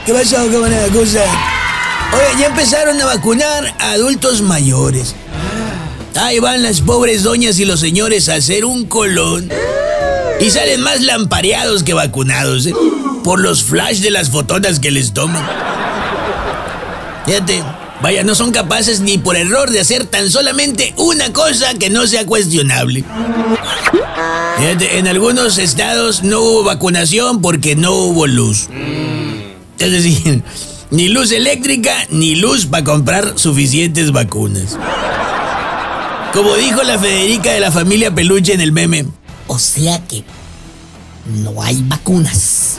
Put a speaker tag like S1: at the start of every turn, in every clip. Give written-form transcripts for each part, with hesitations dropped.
S1: ¿Qué pasó, camarada? ¿Cómo están? Oye, ya empezaron a vacunar a adultos mayores. Ahí van las pobres doñas y los señores a hacer un colón. Y salen más lampareados que vacunados, por los flash de las fotonas que les toman. Fíjate, vaya, no son capaces ni por error de hacer tan solamente una cosa que no sea cuestionable. Fíjate, en algunos estados no hubo vacunación porque no hubo luz. Es decir, ni luz eléctrica ni luz para comprar suficientes vacunas. Como dijo la Federica de la familia Peluche en el meme.
S2: O sea que no hay vacunas.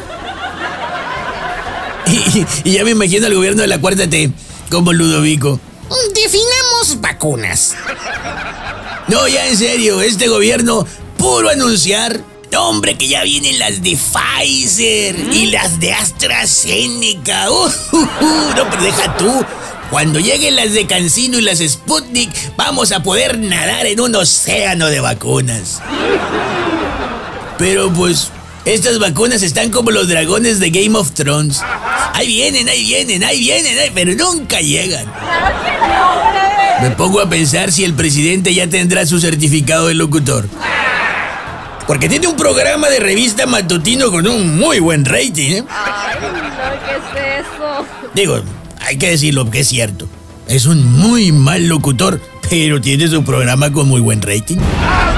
S1: Y ya me imagino al gobierno de la Cuarta T como Ludovico.
S2: Definamos vacunas.
S1: No, ya en serio, este gobierno puro anunciar. Hombre, que ya vienen las de Pfizer y las de AstraZeneca. No, pero deja tú. Cuando lleguen las de CanSino y las Sputnik, vamos a poder nadar en un océano de vacunas. Pero pues, estas vacunas están como los dragones de Game of Thrones. Ahí vienen, pero nunca llegan. Me pongo a pensar si el presidente ya tendrá su certificado de locutor. Porque tiene un programa de revista matutino con un muy buen rating, ¿eh?
S3: Ay, no, ¿qué es eso?
S1: Digo, hay que decirlo que es cierto. Es un muy mal locutor, pero tiene su programa con muy buen rating.